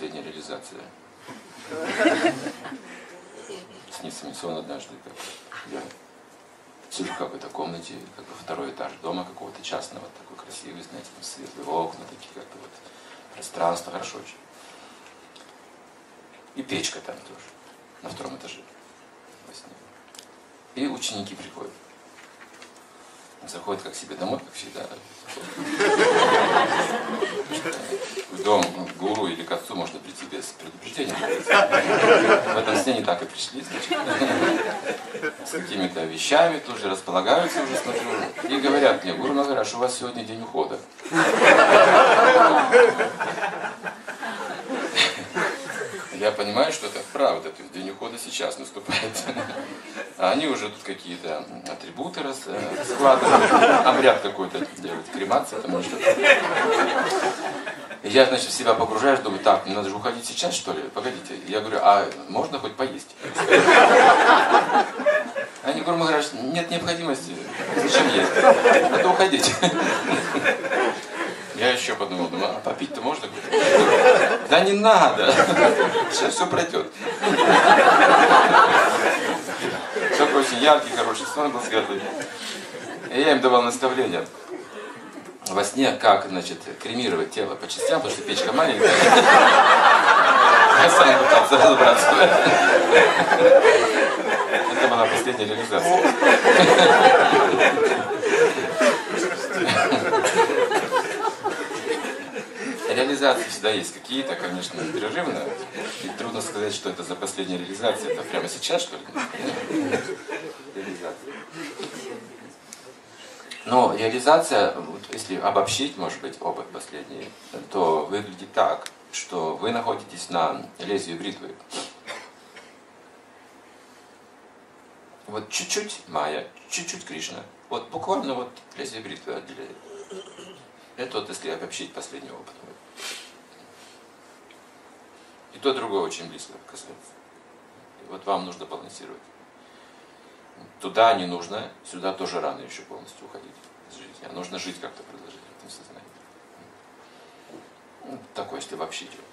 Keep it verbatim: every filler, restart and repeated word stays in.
последняя реализация. Снится мне сон однажды, как я сижу в какой-то комнате, как бы второй этаж дома какого-то частного, такой красивый, знаете, там светлые окна, такие как-то вот пространство, хорошо очень. И печка там тоже, на втором этаже во сне. И ученики приходят. Заходят как к себе домой, как всегда. В дом к гуру или к отцу можно прийти без предупреждения. В этом сне не так и пришли, значит. С какими-то вещами тоже располагаются, уже смотрю. И говорят мне: Гуру Махарадж, у вас сегодня день ухода. Я понимаю, что это правда, то есть день ухода сейчас наступает. А они уже тут какие-то атрибуты складывают, обряд какой-то делают, кремация там или что-то. И я, значит, в себя погружаюсь, думаю: так, мне надо же уходить сейчас, что ли? Погодите. Я говорю: а можно хоть поесть? Они: Гуру Махарадж, нет необходимости, зачем есть? Это уходить. Я еще подумал, думаю: а попить-то можно? Да не надо, сейчас все пройдет. Такой очень яркий, хороший сон был светлый. И я им давал наставления во сне, как, значит, кремировать тело по частям, потому что печка маленькая. Я сам пытался разобраться. Это была последняя реализация. Реализации всегда есть какие-то, конечно, непрерывно. И трудно сказать, что это за последняя реализация. Это прямо сейчас, что ли? Реализация. Но реализация, вот если обобщить, может быть, опыт последний, то выглядит так, что вы находитесь на лезвии бритвы. Вот чуть-чуть Майя, чуть-чуть Кришна. Вот буквально вот лезвие бритвы отделяет. Это вот если обобщить последний опыт. И то, и другое очень близко касается. И вот вам нужно балансировать. Туда не нужно, сюда тоже рано еще полностью уходить из жизни. А нужно жить как-то, продолжить в этом сознании. Ну, такое, если обобщить.